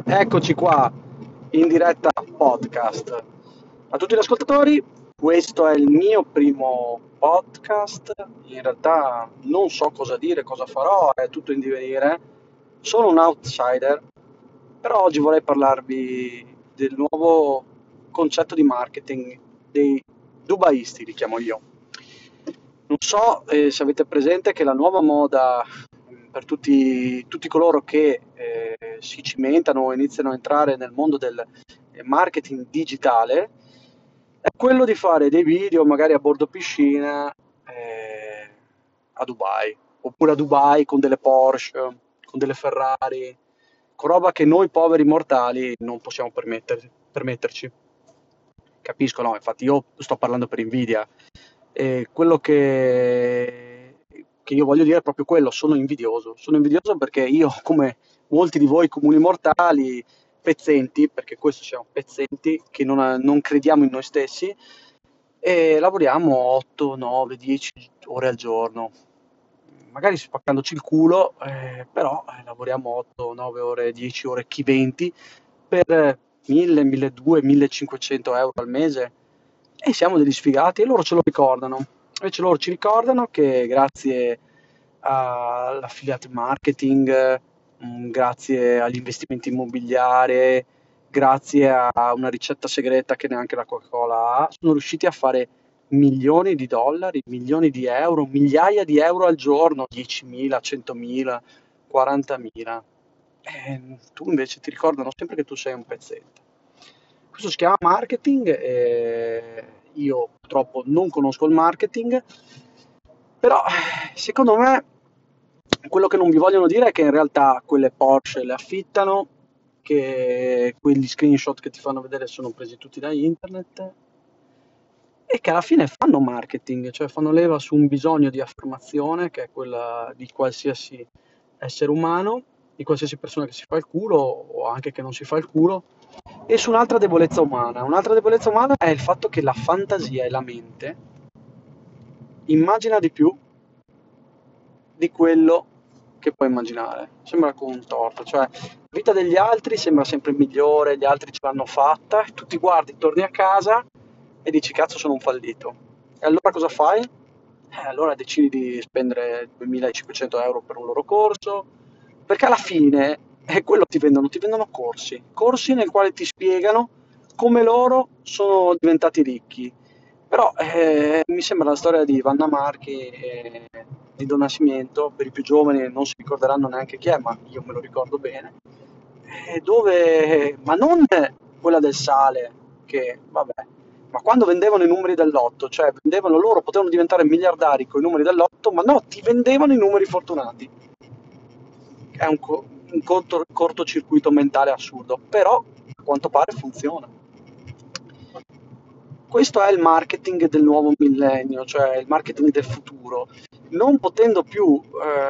Eccoci qua in diretta podcast. A tutti gli ascoltatori, questo è il mio primo podcast. In realtà non so cosa dire, cosa farò, è tutto in divenire. Sono un outsider, però oggi vorrei parlarvi del nuovo concetto di marketing dei dubaisti, li chiamo io. Non so se avete presente che la nuova moda per tutti coloro che si cimentano o iniziano a entrare nel mondo del marketing digitale è quello di fare dei video magari a bordo piscina a Dubai, oppure a Dubai con delle Porsche, con delle Ferrari, con roba che noi poveri mortali non possiamo permetterci. Capisco, no? Infatti io sto parlando per invidia. E quello che io voglio dire è proprio quello, sono invidioso. Sono invidioso perché io, come molti di voi comuni mortali, pezzenti, perché questo siamo pezzenti, che non crediamo in noi stessi, e lavoriamo 8, 9, 10 ore al giorno. Magari spaccandoci il culo, però lavoriamo 8, 9 ore, 10 ore, chi 20, per 1000, 1200, 1500 euro al mese e siamo degli sfigati e loro ce lo ricordano. Invece loro ci ricordano che grazie all'affiliate marketing, grazie agli investimenti immobiliari, grazie a una ricetta segreta che neanche la Coca-Cola ha, sono riusciti a fare milioni di dollari, milioni di euro, migliaia di euro al giorno, 10.000, 100.000, 40.000. Tu invece ti ricordano sempre che tu sei un pezzente. Questo si chiama marketing e io purtroppo non conosco il marketing, però secondo me quello che non vi vogliono dire è che in realtà quelle Porsche le affittano, che quegli screenshot che ti fanno vedere sono presi tutti da internet e che alla fine fanno marketing, cioè fanno leva su un bisogno di affermazione che è quella di qualsiasi essere umano, di qualsiasi persona che si fa il culo o anche che non si fa il culo, e su un'altra debolezza umana. Un'altra debolezza umana è il fatto che la fantasia e la mente immagina di più di quello che puoi immaginare. Sembra con un torto, cioè la vita degli altri sembra sempre migliore, gli altri ce l'hanno fatta, e tu ti guardi, torni a casa e dici cazzo sono un fallito. E allora cosa fai? Allora decidi di spendere 2500 euro per un loro corso, perché alla fine è quello che ti vendono corsi, corsi nel quale ti spiegano come loro sono diventati ricchi. Però mi sembra la storia di Vanna Marchi e di Don Nascimento, per i più giovani non si ricorderanno neanche chi è, ma io me lo ricordo bene, dove, ma non quella del sale, che vabbè, ma quando vendevano i numeri del lotto, cioè vendevano loro, potevano diventare miliardari con i numeri del lotto, ma no, ti vendevano i numeri fortunati. È un cortocircuito mentale assurdo, però a quanto pare funziona. Questo è il marketing del nuovo millennio, cioè il marketing del futuro. Non potendo più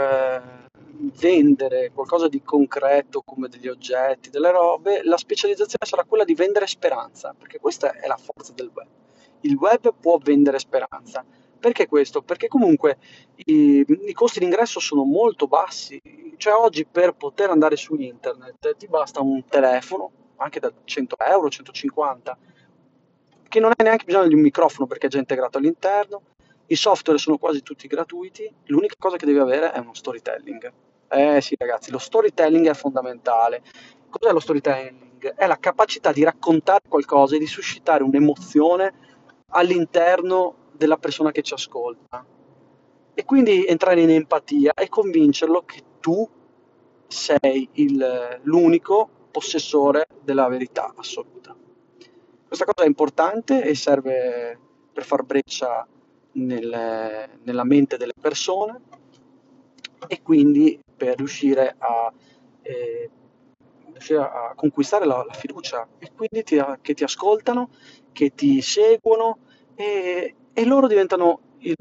vendere qualcosa di concreto come degli oggetti, delle robe, la specializzazione sarà quella di vendere speranza, perché questa è la forza del web. Il web può vendere speranza. Perché questo? Perché comunque i costi d'ingresso sono molto bassi, cioè oggi per poter andare su internet ti basta un telefono, anche da 100 euro, 150, che non hai neanche bisogno di un microfono perché è già integrato all'interno, i software sono quasi tutti gratuiti, l'unica cosa che devi avere è uno storytelling. Eh sì ragazzi, lo storytelling è fondamentale. Cos'è lo storytelling? È la capacità di raccontare qualcosa e di suscitare un'emozione all'interno della persona che ci ascolta. E quindi entrare in empatia e convincerlo che tu sei l'unico possessore della verità assoluta. Questa cosa è importante e serve per far breccia nella mente delle persone e quindi per eh, riuscire a conquistare la fiducia e quindi che ti ascoltano, che ti seguono e loro diventano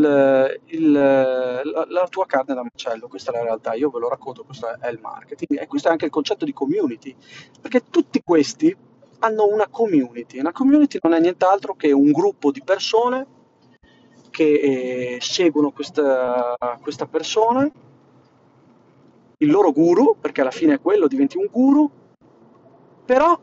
la tua carne da macello. Questa è la realtà, io ve lo racconto, questo è il marketing e questo è anche il concetto di community, perché tutti questi hanno una community. Una community non è nient'altro che un gruppo di persone che seguono questa persona, il loro guru, perché alla fine è quello, diventi un guru, però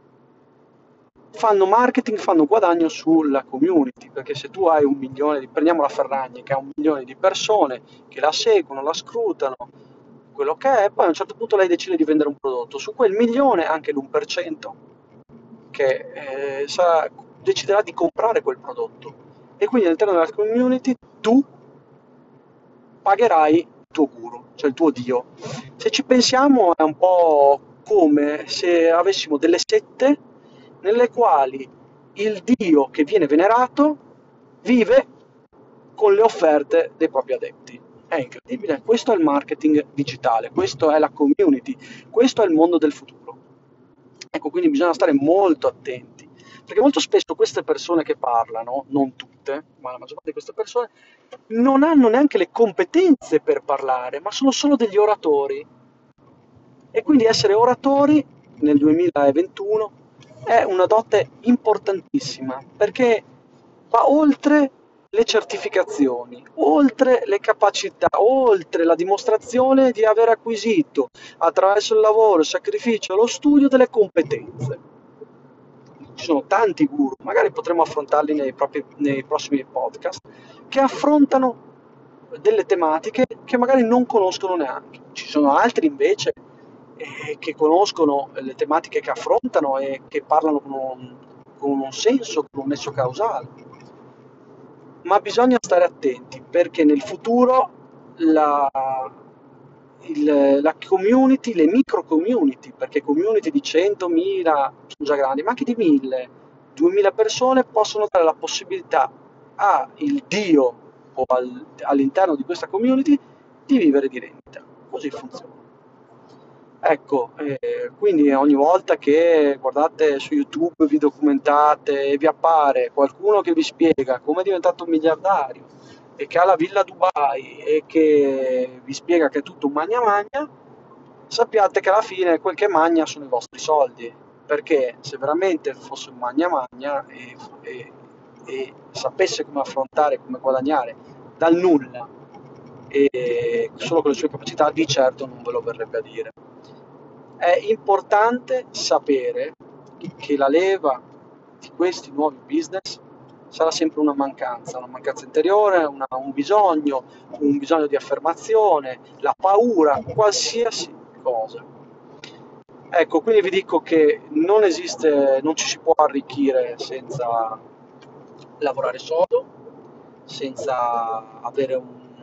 fanno marketing, fanno guadagno sulla community, perché se tu hai 1 milione prendiamo la Ferragni che ha 1 milione di persone che la seguono, la scrutano, quello che è, poi a un certo punto lei decide di vendere un prodotto, su quel milione anche l'1% che deciderà di comprare quel prodotto e quindi all'interno della community tu pagherai il tuo guru, cioè il tuo dio. Se ci pensiamo è un po' come se avessimo delle sette nelle quali il dio che viene venerato vive con le offerte dei propri adepti. È incredibile, questo è il marketing digitale, questo è la community, questo è il mondo del futuro. Ecco, quindi bisogna stare molto attenti, perché molto spesso queste persone che parlano, non tutte, ma la maggior parte di queste persone, non hanno neanche le competenze per parlare, ma sono solo degli oratori. E quindi essere oratori nel 2021 è una dote importantissima, perché va oltre le certificazioni, oltre le capacità, oltre la dimostrazione di aver acquisito attraverso il lavoro, il sacrificio e lo studio delle competenze. Ci sono tanti guru, magari potremo affrontarli nei prossimi podcast, che affrontano delle tematiche che magari non conoscono neanche. Ci sono altri invece che conoscono le tematiche che affrontano e che parlano con un senso, con un nesso causale. Ma bisogna stare attenti perché nel futuro la, la community, le micro community, perché community di 100.000 sono già grandi, ma anche di 1000, 2000 persone possono dare la possibilità al Dio o all'interno di questa community di vivere di rendita. Così funziona. Ecco, quindi ogni volta che guardate su YouTube, vi documentate e vi appare qualcuno che vi spiega come è diventato un miliardario e che ha la villa a Dubai e che vi spiega che è tutto un magna magna, sappiate che alla fine quel che magna sono i vostri soldi, perché se veramente fosse un magna magna e sapesse come affrontare, come guadagnare dal nulla e solo con le sue capacità, di certo non ve lo verrebbe a dire. È importante sapere che la leva di questi nuovi business sarà sempre una mancanza interiore, un bisogno di affermazione, la paura, qualsiasi cosa. Ecco, quindi vi dico che non esiste, non ci si può arricchire senza lavorare sodo, senza avere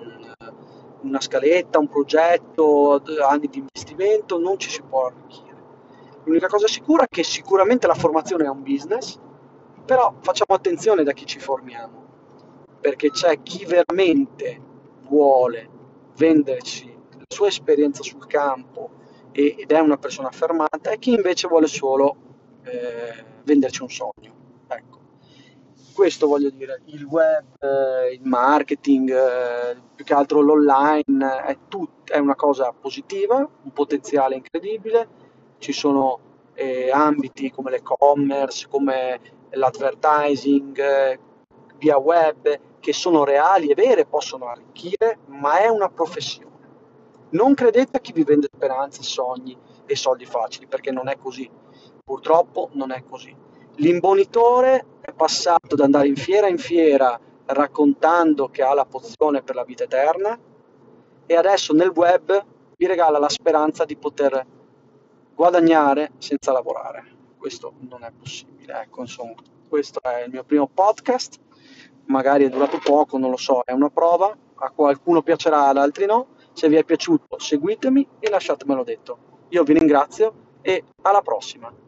una scaletta, un progetto, anni di investimento, non ci si può arricchire. L'unica cosa sicura è che sicuramente la formazione è un business, però facciamo attenzione da chi ci formiamo, perché c'è chi veramente vuole venderci la sua esperienza sul campo ed è una persona affermata e chi invece vuole solo venderci un sogno. Ecco. Questo voglio dire, il web, il marketing, più che altro l'online, è una cosa positiva, un potenziale incredibile, ci sono ambiti come l'e-commerce, come l'advertising, via web, che sono reali e vere, possono arricchire, ma è una professione. Non credete a chi vi vende speranze, sogni e soldi facili, perché non è così. Purtroppo non è così. L'imbonitore è passato da andare in fiera raccontando che ha la pozione per la vita eterna e adesso nel web vi regala la speranza di poter guadagnare senza lavorare. Questo non è possibile. Ecco, insomma, questo è il mio primo podcast. Magari è durato poco, non lo so, è una prova. A qualcuno piacerà, ad altri no. Se vi è piaciuto, seguitemi e lasciatemelo detto. Io vi ringrazio e alla prossima.